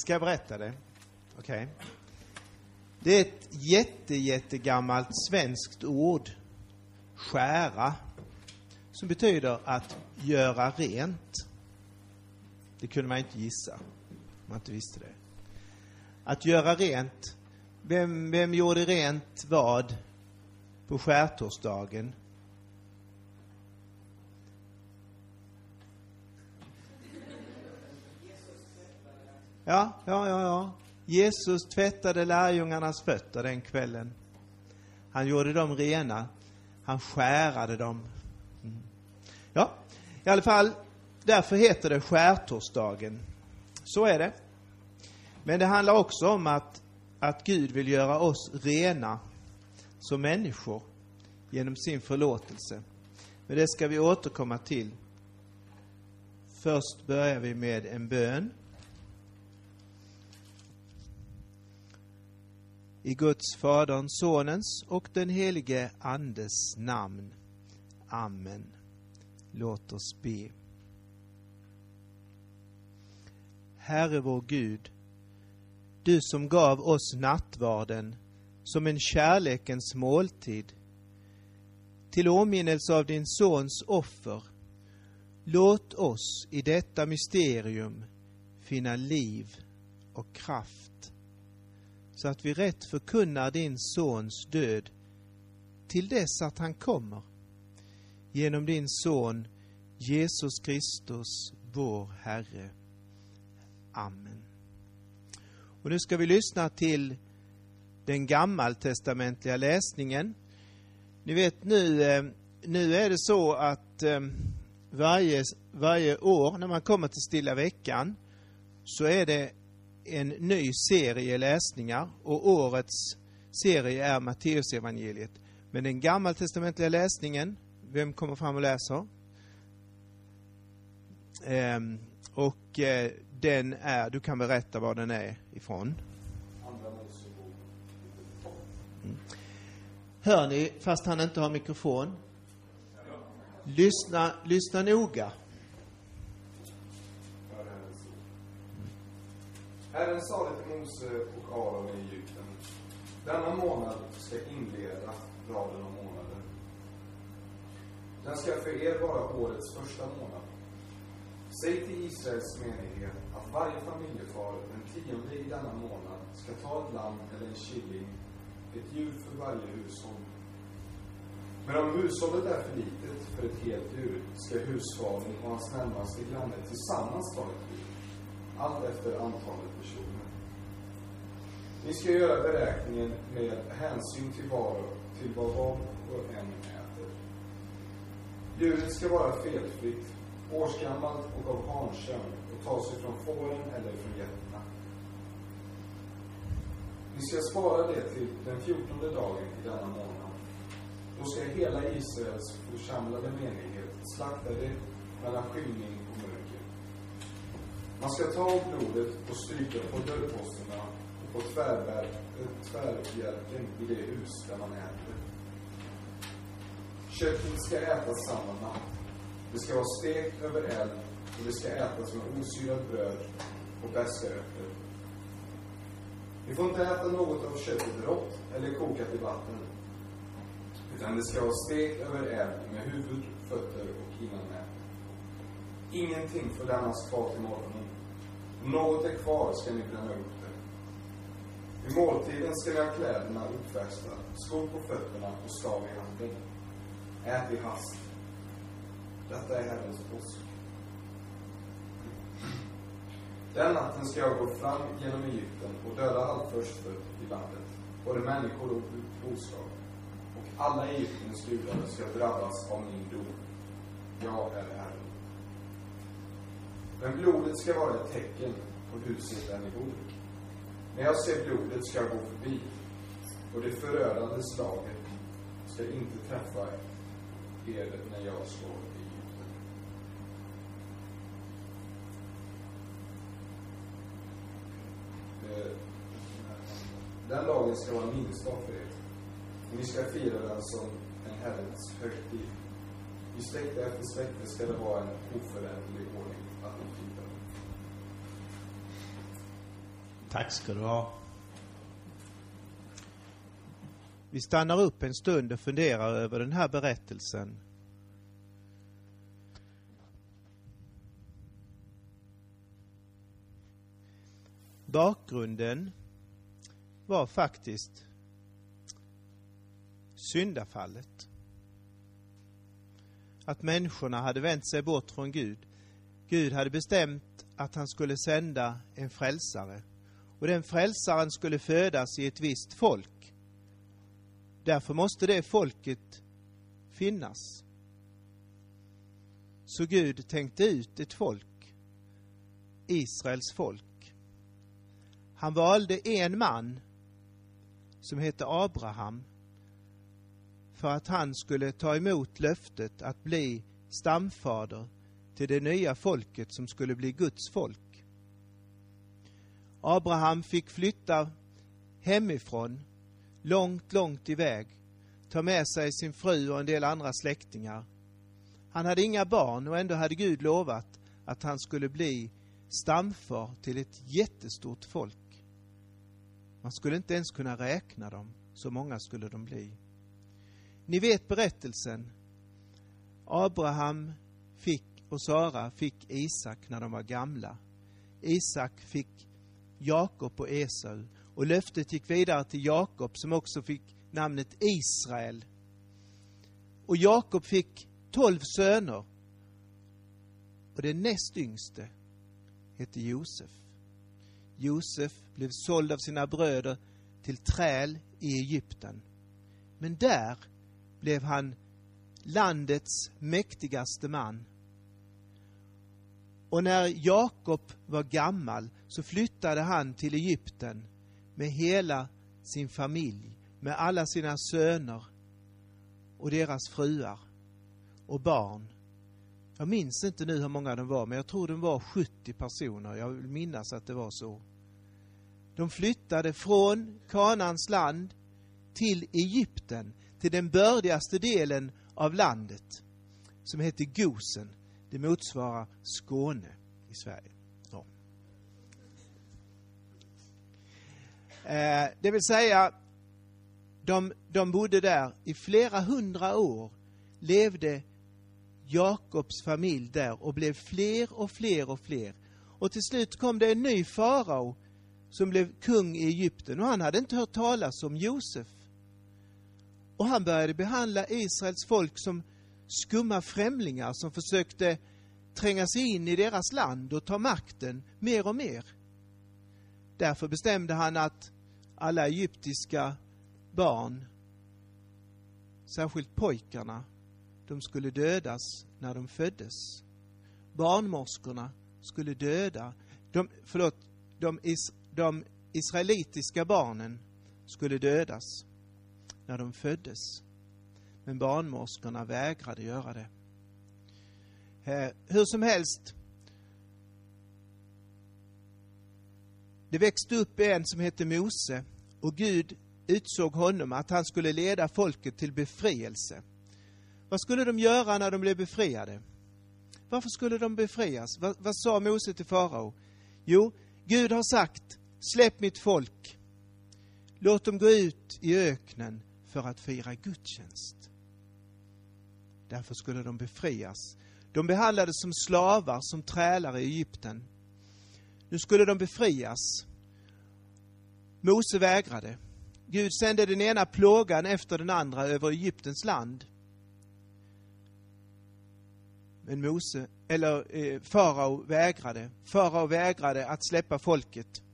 Ska jag berätta det? Okej. Det är ett jättegammalt svenskt ord. Skära. Som betyder att göra rent. Det kunde man inte gissa. Man inte visste det. Att göra rent. Vem gjorde rent vad på skärtorsdagen? Ja. Jesus tvättade lärjungarnas fötter den kvällen. Han gjorde dem rena. Han skärade dem. Ja, i alla fall, därför heter det skärtorsdagen. Så är det. Men det handlar också om att Gud vill göra oss rena som människor genom sin förlåtelse. Men det ska vi återkomma till. Först börjar vi med en bön. I Guds, Faderns, Sonens och den helige Andes namn. Amen. Låt oss be. Herre vår Gud, du som gav oss nattvarden som en kärlekens måltid, till åminnelse av din sons offer, låt oss i detta mysterium finna liv och kraft, så att vi rätt förkunnar din sons död till dess att han kommer. Genom din son Jesus Kristus, vår Herre. Amen. Och nu ska vi lyssna till den gammaltestamentliga läsningen. Ni vet nu är det så att varje år när man kommer till Stilla veckan så är det en ny serie läsningar, och årets serie är Matteusevangeliet. Men den gammaltestamentliga läsningen, vem kommer fram och läser? Den är, du kan berätta vad den är ifrån. Hör ni, fast han inte har mikrofon? Lyssna noga. Herren sa det till Mose och Aron i Egypten: denna månad ska inleda raden av månader. Den ska för er vara årets första månad. Säg till Israels menighet att varje familjefar den 10:e i denna månad ska ta ett lamm eller en killing, ett djur för varje hushåll. Men om hushållet är för litet för ett helt djur ska husfadern och hans närmaste granne tillsammans ta ett djur, allt efter antalet personer. Ni ska göra beräkningen med hänsyn till vad var och en äter. Djuret ska vara felfritt, årsgammalt och av hankön och ta sig från fåren eller från getterna. Ni ska spara det till den 14:e dagen i denna månad. Då ska hela Israels församlade menighet slakta det mellan skymning och mörker. Man ska ta blodet och stryka på dörrposterna och på tvärbjälken i det hus där man äter. Köttet ska ätas samma natt. Det ska vara stekt över eld och det ska ätas med osyrat bröd och bärsärkor. Ni får inte äta något av köttet rått eller kokat i vatten, utan det ska vara stekt över eld med huvud, fötter och innanmät. Ingenting får lämnas kvar till morgonen. Om något är kvar ska ni bränna upp det. Vid måltiden ska ni ha kläderna uppfästa, skor på fötterna och stav i handen. Ät i hast. Detta är Herrens påsk. Den natten ska jag gå fram genom Egypten och döda allt förstfött i landet, både människor och boskap. Och alla Egyptens gudar ska drabbas av min dom. Jag är Herren. Men blodet ska vara ett tecken på huset där ni bor. När jag ser blodet ska jag gå förbi, och det förödande slaget ska inte träffa er när jag slår i Egypten. Den dagen ska vara en minnesdag för er. Ni ska fira den som en Herrens högtid. I släkte efter släkte ska det vara en oföränderlig ordning att fira. Tack ska du ha. Vi stannar upp en stund och funderar över den här berättelsen. Bakgrunden var faktiskt syndafallet. Att människorna hade vänt sig bort från Gud. Gud hade bestämt att han skulle sända en frälsare. Och den frälsaren skulle födas i ett visst folk. Därför måste det folket finnas. Så Gud tänkte ut ett folk. Israels folk. Han valde en man som hette Abraham för att han skulle ta emot löftet att bli stamfader till det nya folket som skulle bli Guds folk. Abraham fick flytta hemifrån långt iväg, ta med sig sin fru och en del andra släktingar. Han hade inga barn och ändå hade Gud lovat att han skulle bli stamfar till ett jättestort folk. Man skulle inte ens kunna räkna dem, så många skulle de bli. Ni vet berättelsen. Abraham och Sara fick Isak när de var gamla. Isak fick Jakob och Esau. Och löftet gick vidare till Jakob som också fick namnet Israel. Och Jakob fick 12 söner. Och den näst yngste hette Josef. Josef blev såld av sina bröder till träl i Egypten. Men där blev han landets mäktigaste man. Och när Jakob var gammal så flyttade han till Egypten med hela sin familj, med alla sina söner och deras fruar och barn. Jag minns inte nu hur många de var, men jag tror de var 70 personer. Jag vill minnas att det var så. De flyttade från Kanaans land till Egypten, till den bördigaste delen av landet som heter Gosen. Det motsvarar Skåne i Sverige. Ja. Det vill säga, de bodde där i flera 100 år, levde Jakobs familj där och blev fler och fler och fler. Och till slut kom det en ny farao som blev kung i Egypten, och han hade inte hört talas om Josef. Och han började behandla Israels folk som skumma främlingar som försökte tränga sig in i deras land och ta makten mer och mer. Därför bestämde han att alla egyptiska barn, särskilt pojkarna, de skulle dödas när de föddes. Barnmorskorna skulle döda. De israelitiska barnen skulle dödas när de föddes. Men barnmorskorna vägrade göra det. Hur som helst, det växte upp en som hette Mose, och Gud utsåg honom att han skulle leda folket till befrielse. Vad skulle de göra när de blev befriade? Varför skulle de befrias? Vad sa Mose till farao? Jo, Gud har sagt: släpp mitt folk. Låt dem gå ut i öknen för att fira gudstjänst. Därför skulle de befrias. De behandlades som slavar, som trälar i Egypten. Nu skulle de befrias. Mose vägrade. Gud sände den ena plågan efter den andra över Egyptens land. Men farao vägrade. Farao vägrade att släppa folket.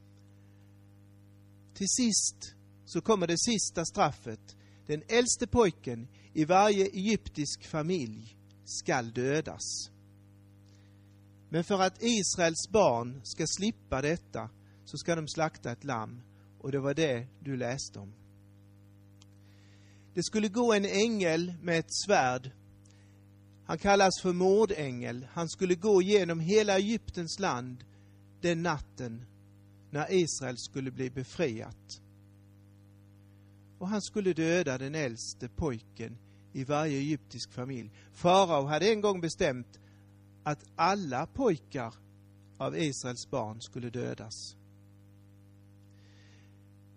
Till sist så kommer det sista straffet. Den äldste pojken i varje egyptisk familj skall dödas. Men för att Israels barn ska slippa detta så ska de slakta ett lamm. Och det var det du läste om. Det skulle gå en ängel med ett svärd. Han kallas för mordängel. Han skulle gå genom hela Egyptens land den natten när Israel skulle bli befriat. Och han skulle döda den äldste pojken i varje egyptisk familj. Farao hade en gång bestämt att alla pojkar av Israels barn skulle dödas.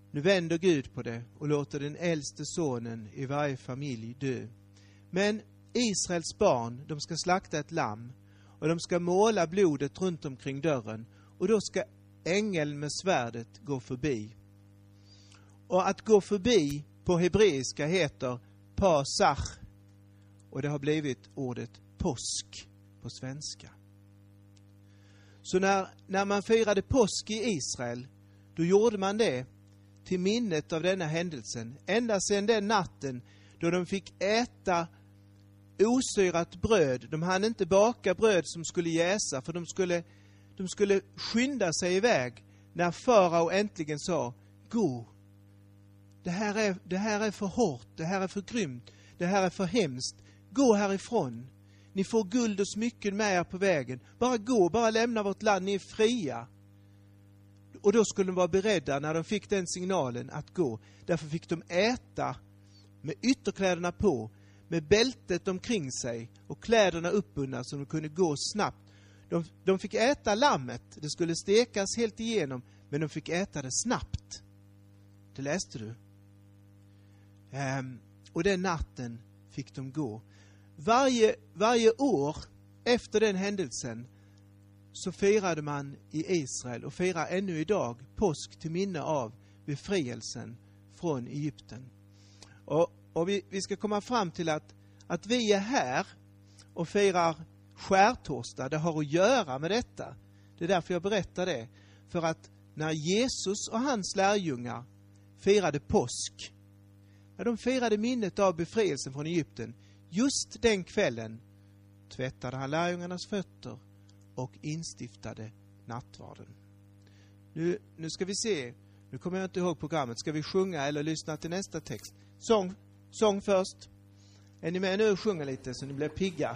Nu vänder Gud på det och låter den äldste sonen i varje familj dö. Men Israels barn, de ska slakta ett lamm och de ska måla blodet runt omkring dörren, och då ska ängeln med svärdet gå förbi. Och att gå förbi på hebreiska heter Pasach, och det har blivit ordet påsk på svenska. Så när man firade påsk i Israel, då gjorde man det till minnet av denna händelsen. Ända sedan den natten då de fick äta osyrat bröd. De hann inte baka bröd som skulle jäsa, för de skulle skynda sig iväg när farao äntligen sa: gå. Det här är för hårt, det här är för grymt, det här är för hemskt. Gå härifrån. Ni får guld och smycken med er på vägen. Bara gå, bara lämna vårt land, ni är fria. Och då skulle de vara beredda när de fick den signalen att gå. Därför fick de äta med ytterkläderna på, med bältet omkring sig och kläderna uppbundna så de kunde gå snabbt. De fick äta lammet, det skulle stekas helt igenom, men de fick äta det snabbt. Det läste du. Och den natten fick de gå. Varje år efter den händelsen så firade man i Israel, och firar ännu idag, påsk till minne av befrielsen från Egypten. Och vi ska komma fram till att vi är här och firar skärtorsdag. Det har att göra med detta. Det är därför jag berättar det. För att när Jesus och hans lärjungar firade påsk, när de firade minnet av befrielsen från Egypten, just den kvällen tvättade han lärjungarnas fötter och instiftade nattvarden. Nu ska vi se. Nu kommer jag inte ihåg programmet. Ska vi sjunga eller lyssna till nästa text? Sång först. Är ni med nu och sjunger lite så ni blir pigga?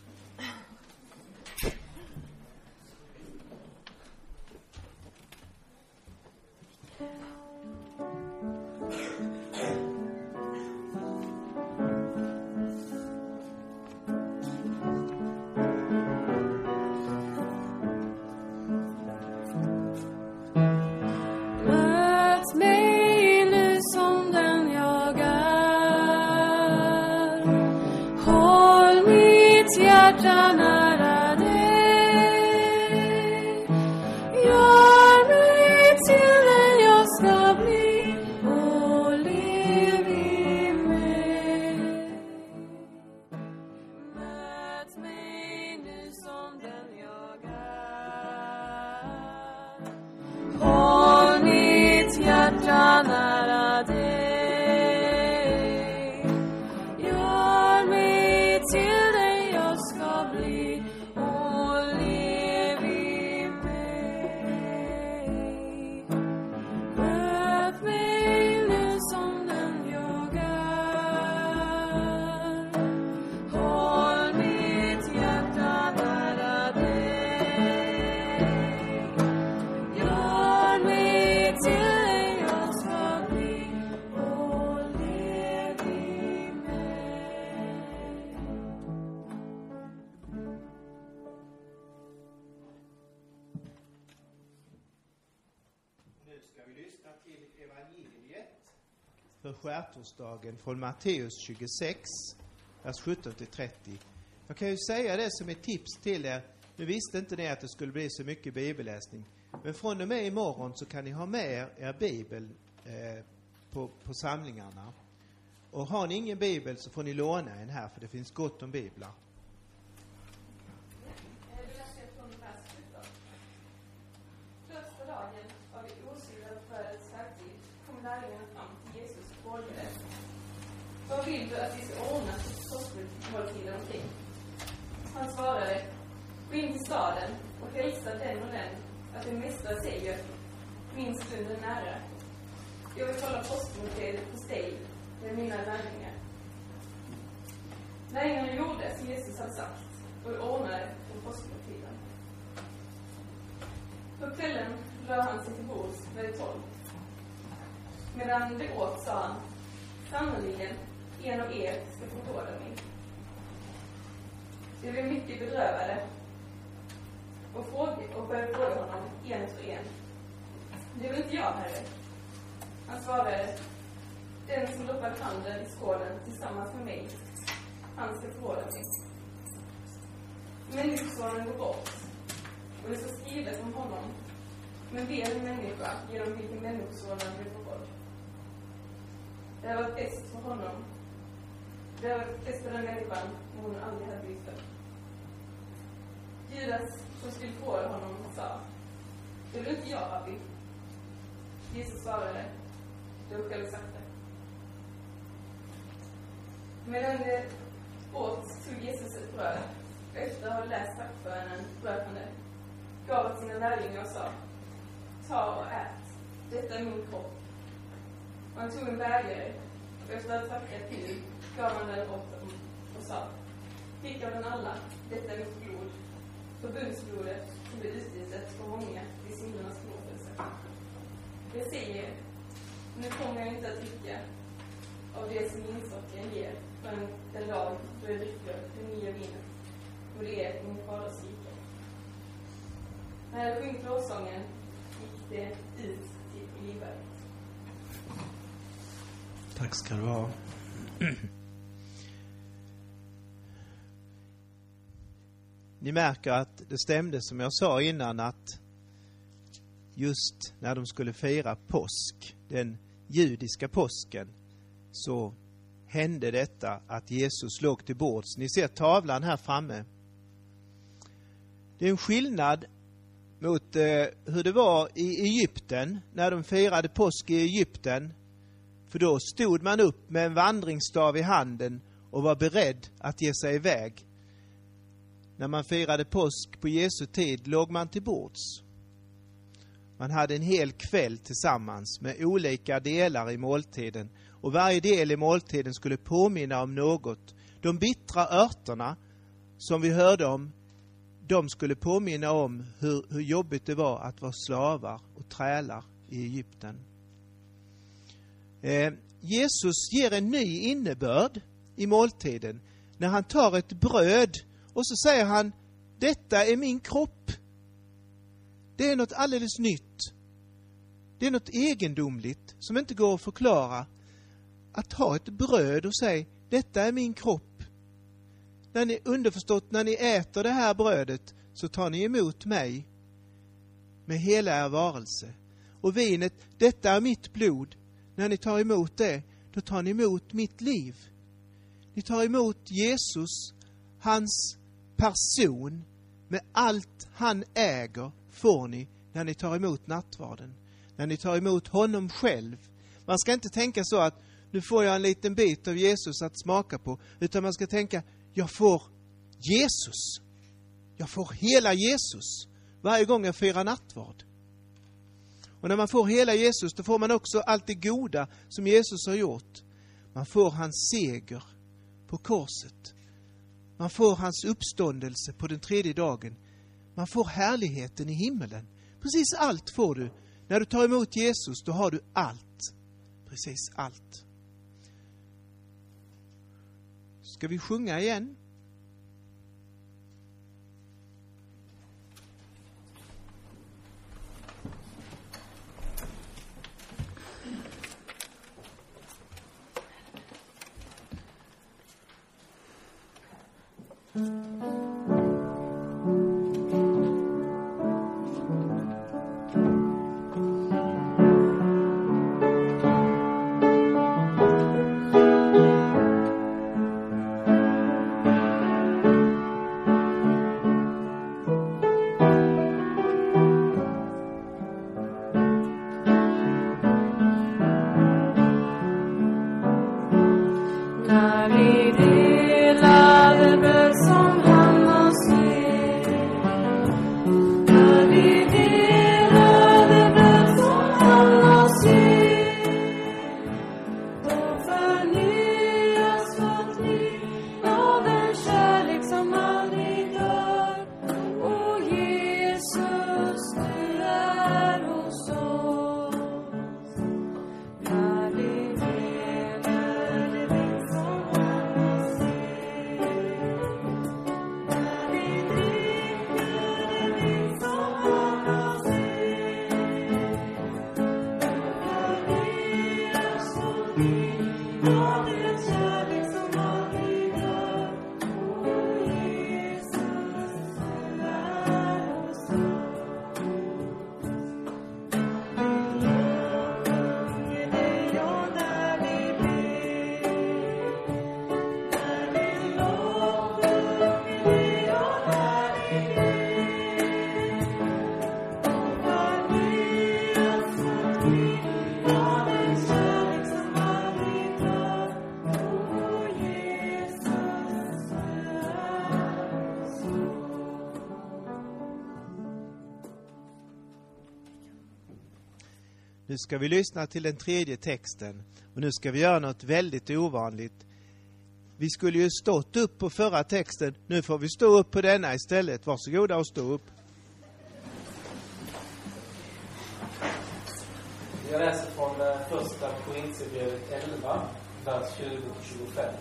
För skärtorsdagen från Matteus 26, vers 17-30. Jag kan ju säga det som ett tips till er. Nu visste inte ni att det skulle bli så mycket bibelläsning. Men från och med imorgon så kan ni ha med er bibel på samlingarna. Och har ni ingen bibel så får ni låna en här, för det finns gott om biblar. Vad vill du att vi ska ordna påskmåltiden omkring? Han svarade: gå in till staden och hälsa den och den att en mästare säger: min stund är nära. Jag vill hålla påskmåltiden hos dig med mina lärjungar. Lärjungarna gjorde som Jesus hade sagt och ordnade på påskmåltiden. På kvällen lade han sig till bords med 12. Medan det åt sa han: sannoliken, en av er ska förråda mig. De blev mycket bedrövade och började fråga honom en efter en: det är väl inte jag, Herre? Han svarade, den som doppar handen i skålen tillsammans med mig, han ska förråda mig. Människosonen går bort, och det står skrivet om honom. Men be en människa genom vilken människosonen blir förrådd. Det har varit bäst för honom. Det har varit bäst för den människan om hon aldrig hade blivit född. Judas som skulle förråda honom sa, det vill inte jag, Rabbi. Jesus svarade, du har själv sagt det. Medan det åt tog Jesus ett bröd. Efter att ha läst tackbönen bröt han det, gav åt sina lärjungar och sa, ta och ät, detta är min kropp. Och han tog en bägare, och efter att ha tackat Gud gav han den åt dem och sa, drick av den alla, detta är mitt blod, förbundsblodet som blir utgivet för många i syndernas förlåtelse. Jag säger, nu kommer jag inte att dricka av det som insocken ger förrän den dag då jag dricker det nya vinet. Och det är min faders rike. När jag sjungit lovsången gick det ut till Olivberget. Tack ska du ha. Ni märker att det stämde som jag sa innan, att just när de skulle fira påsk, den judiska påsken, så hände detta att Jesus låg till bords. Ni ser tavlan här framme. Det är en skillnad mot hur det var i Egypten när de firade påsk i Egypten. För då stod man upp med en vandringsstav i handen och var beredd att ge sig iväg. När man firade påsk på Jesu tid låg man till bords. Man hade en hel kväll tillsammans med olika delar i måltiden. Och varje del i måltiden skulle påminna om något. De bittra örterna som vi hörde om, de skulle påminna om hur jobbigt det var att vara slavar och trälar i Egypten. Jesus ger en ny innebörd i måltiden när han tar ett bröd och så säger han, detta är min kropp. Det är något alldeles nytt. Det är något egendomligt som inte går att förklara. Att ha ett bröd och säga, detta är min kropp. När ni underförstått, när ni äter det här brödet så tar ni emot mig med hela er varelse. Och vinet, detta är mitt blod. När ni tar emot det, då tar ni emot mitt liv. Ni tar emot Jesus, hans person, med allt han äger får ni när ni tar emot nattvarden. När ni tar emot honom själv. Man ska inte tänka så att nu får jag en liten bit av Jesus att smaka på. Utan man ska tänka, jag får Jesus. Jag får hela Jesus varje gång jag firar nattvard. Och när man får hela Jesus, då får man också allt det goda som Jesus har gjort. Man får hans seger på korset. Man får hans uppståndelse på den 3:e dagen. Man får härligheten i himmelen. Precis allt får du. När du tar emot Jesus, då har du allt. Precis allt. Ska vi sjunga igen? När vi delar bröd som han Nu ska vi lyssna till den tredje texten. Och nu ska vi göra något väldigt ovanligt. Vi skulle ju stått upp på förra texten. Nu får vi stå upp på denna istället. Varsågoda och stå upp. Jag läser från första Korinthierbrevet 11, vers 20-25.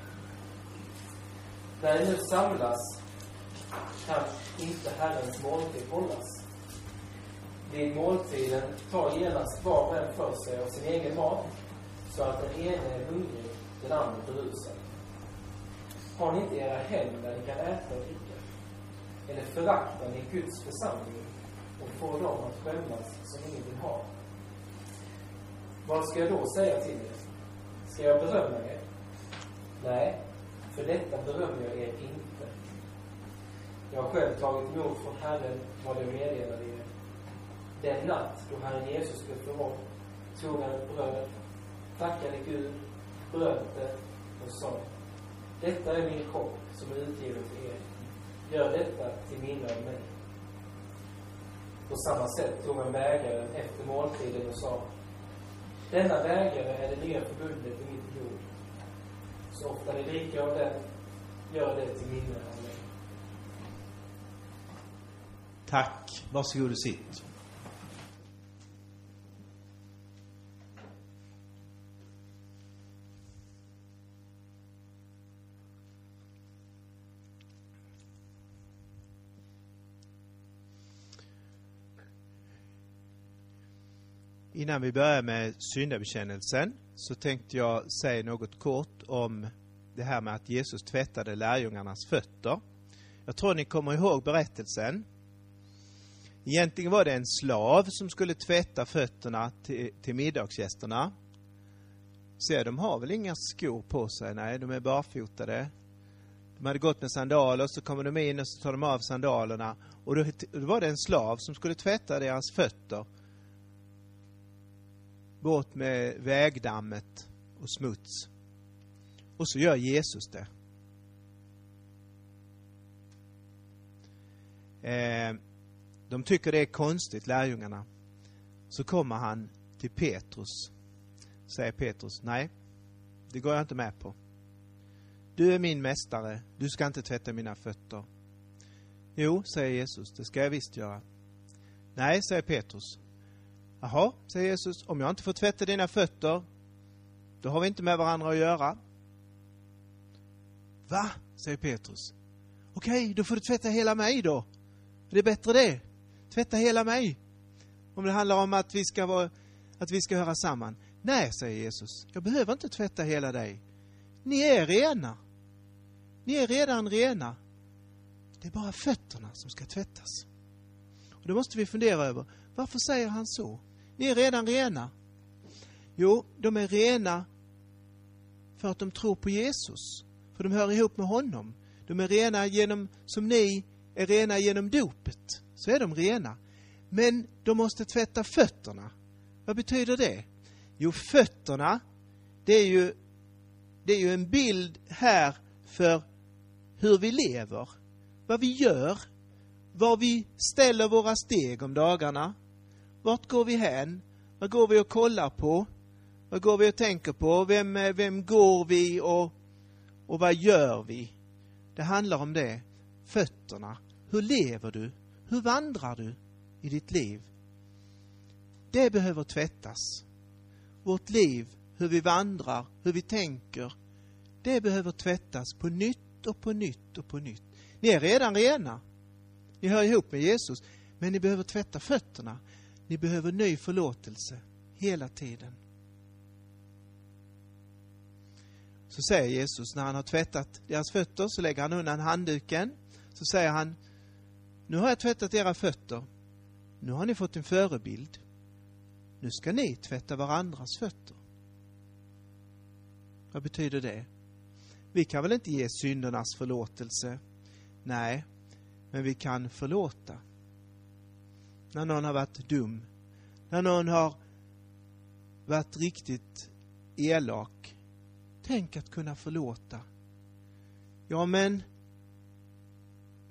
När ni nu samlas kan inte Herrens måltid hållas. Vid måltiden tar genast var och en för sig av sin egen mat, så att den ene är hungrig, den andra berusad. Har ni inte era hem där ni kan äta och dricka? Eller föraktar ni Guds församling och får dem att skämmas som ingen vill ha? Vad ska jag då säga till er? Ska jag berömma er? Nej, för detta berömmer jag er inte. Jag har själv tagit emot från Herren vad jag meddelade er. Den natt då Herren Jesus blev förrådd tog han ett bröd, tackade Gud, bröt det och sa: detta är min kropp som är utgiven för er. Gör detta till minne av mig. På samma sätt tog han bägaren efter måltiden och sa: denna bägare är det nya förbundet i mitt blod. Så ofta ni dricker av den, gör det till minne av mig. Tack. Varsågod och sitt. Innan vi börjar med syndabekännelsen så tänkte jag säga något kort om det här med att Jesus tvättade lärjungarnas fötter. Jag tror ni kommer ihåg berättelsen. Egentligen var det en slav som skulle tvätta fötterna till middagsgästerna. Se, de har väl inga skor på sig? Nej, de är barfotade. De hade gått med sandaler, så kommer de in och så tar de av sandalerna. Och då var det en slav som skulle tvätta deras fötter. Bort med vägdammet och smuts. Och så gör Jesus det. De tycker det är konstigt, lärjungarna. Så kommer han till Petrus. Säger Petrus: nej, det går jag inte med på. Du är min mästare, du ska inte tvätta mina fötter. Jo, säger Jesus, det ska jag visst göra. Nej, säger Petrus. Jaha, säger Jesus, om jag inte får tvätta dina fötter, då har vi inte med varandra att göra. Va? Säger Petrus. Okej, då får du tvätta hela mig då. Det är bättre det. Tvätta hela mig. Om det handlar om att vi ska höra samman. Nej, säger Jesus, jag behöver inte tvätta hela dig. Ni är rena. Ni är redan rena. Det är bara fötterna som ska tvättas. Och då måste vi fundera över, varför säger han så? Ni är redan rena. Jo, de är rena för att de tror på Jesus. För de hör ihop med honom. De är rena som ni är rena genom dopet. Så är de rena. Men de måste tvätta fötterna. Vad betyder det? Jo, fötterna, det är ju en bild här för hur vi lever. Vad vi gör. Var vi ställer våra steg om dagarna. Vart går vi hän? Vad går vi och kollar på? Vad går vi och tänker på? Vem går vi och vad gör vi? Det handlar om det. Fötterna. Hur lever du? Hur vandrar du i ditt liv? Det behöver tvättas. Vårt liv, hur vi vandrar, hur vi tänker, det behöver tvättas på nytt och på nytt och på nytt. Ni är redan rena. Ni hör ihop med Jesus, men ni behöver tvätta fötterna. Ni behöver ny förlåtelse hela tiden. Så säger Jesus, när han har tvättat deras fötter, så lägger han undan handduken. Så säger han: nu har jag tvättat era fötter. Nu har ni fått en förebild. Nu ska ni tvätta varandras fötter. Vad betyder det? Vi kan väl inte ge syndernas förlåtelse? Nej, men vi kan förlåta. När någon har varit dum. När någon har varit riktigt elak. Tänk att kunna förlåta. Ja, men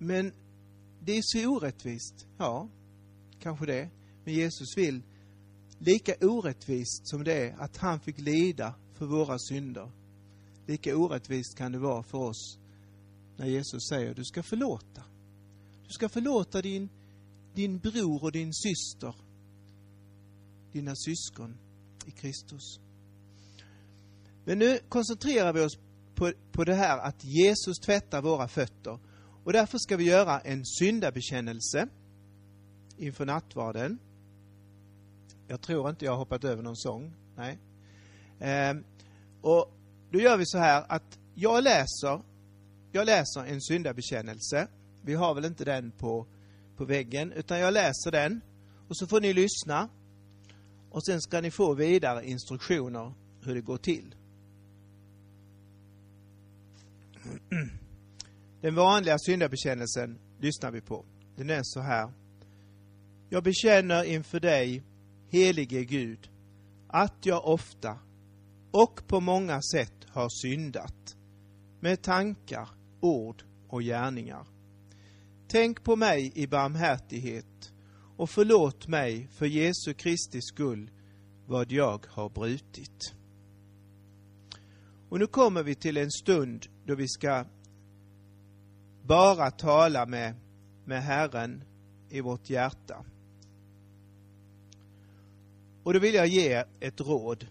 det är så orättvist. Ja, kanske det. Men Jesus vill lika orättvist som det är att han fick lida för våra synder, lika orättvist kan det vara för oss när Jesus säger du ska förlåta. Du ska förlåta din bror och din syster, dina syskon i Kristus. Men nu koncentrerar vi oss på det här att Jesus tvättar våra fötter. Och därför ska vi göra en syndabekännelse inför nattvarden. Jag tror inte jag har hoppat över någon sång. Nej. Och då gör vi så här att jag läser en syndabekännelse. Vi har väl inte den på väggen, utan jag läser den. Och så får ni lyssna. Och sen ska ni få vidare instruktioner hur det går till. Den vanliga syndabekännelsen lyssnar vi på. Den är så här. Jag bekänner inför dig, helige Gud, att jag ofta och på många sätt har syndat med tankar, ord och gärningar. Tänk på mig i barmhärtighet och förlåt mig för Jesu Kristi skull vad jag har brutit. Och nu kommer vi till en stund då vi ska bara tala med Herren i vårt hjärta. Och då vill jag ge ett råd.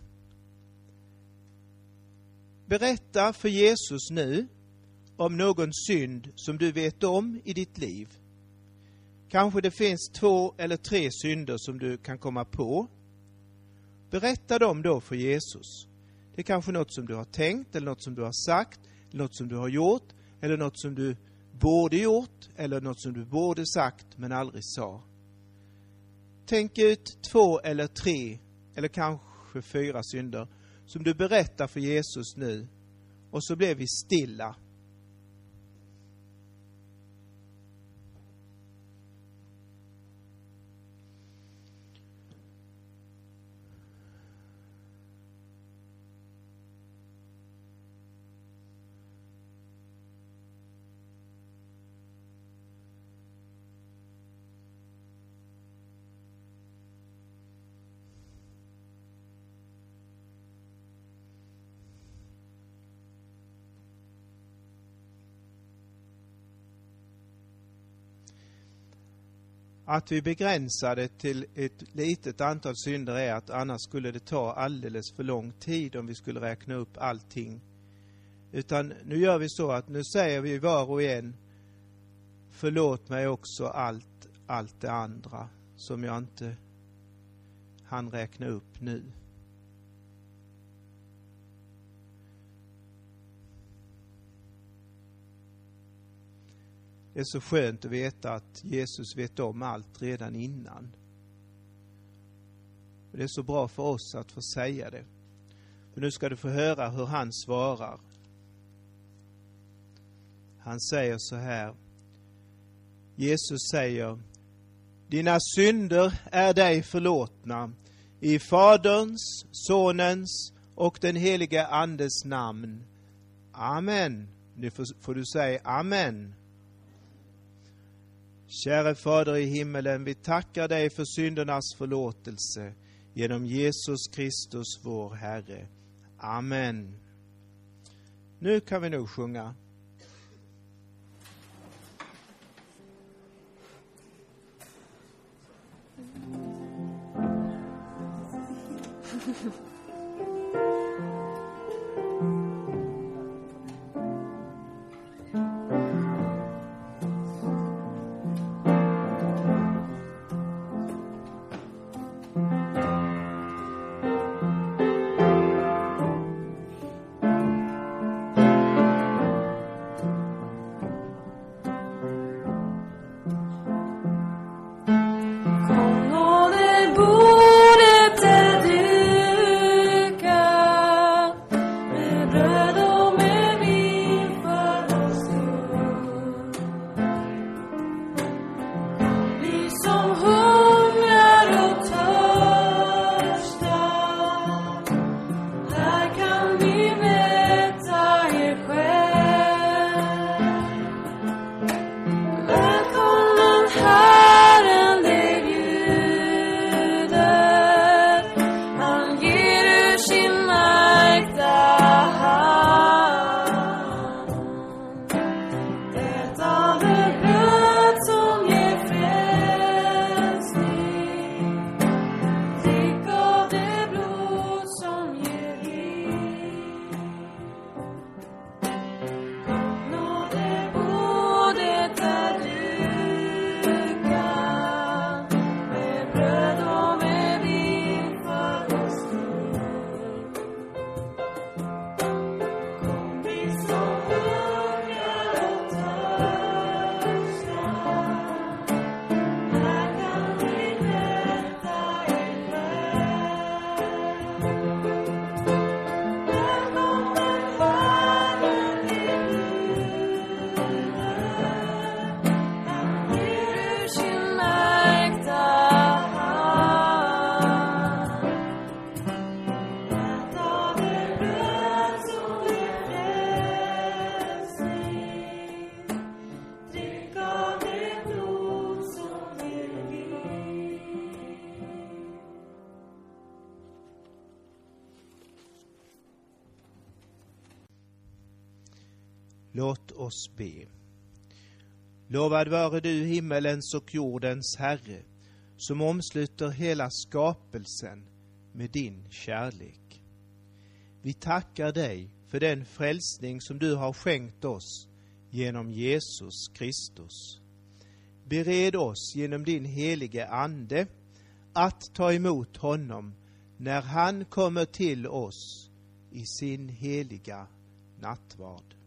Berätta för Jesus nu om någon synd som du vet om i ditt liv. Kanske det finns 2 eller 3 synder som du kan komma på. Berätta dem då för Jesus. Det är kanske något som du har tänkt, eller något som du har sagt, eller något som du har gjort, eller något som du borde gjort, eller något som du borde sagt men aldrig sa. Tänk ut 2 eller 3, eller kanske 4 synder som du berättar för Jesus nu. Och så blir vi stilla. Att vi begränsar det till ett litet antal synder är att annars skulle det ta alldeles för lång tid om vi skulle räkna upp allting. Utan nu gör vi så att nu säger vi var och en, förlåt mig också allt det andra som jag inte hann räkna upp nu. Det är så skönt att veta att Jesus vet om allt redan innan. Och det är så bra för oss att få säga det. För nu ska du få höra hur han svarar. Han säger så här. Jesus säger, dina synder är dig förlåtna i Faderns, Sonens och den helige Andes namn. Amen. Nu får du säga amen. Käre Fader i himmelen, vi tackar dig för syndernas förlåtelse genom Jesus Kristus vår Herre. Amen. Nu kan vi nog sjunga. Kom nåde, bordet är du. Låt oss be. Lovad vare du, himmelens och jordens Herre, som omsluter hela skapelsen med din kärlek. Vi tackar dig för den frälsning som du har skänkt oss genom Jesus Kristus. Bered oss genom din helige Ande att ta emot honom när han kommer till oss i sin heliga nattvard.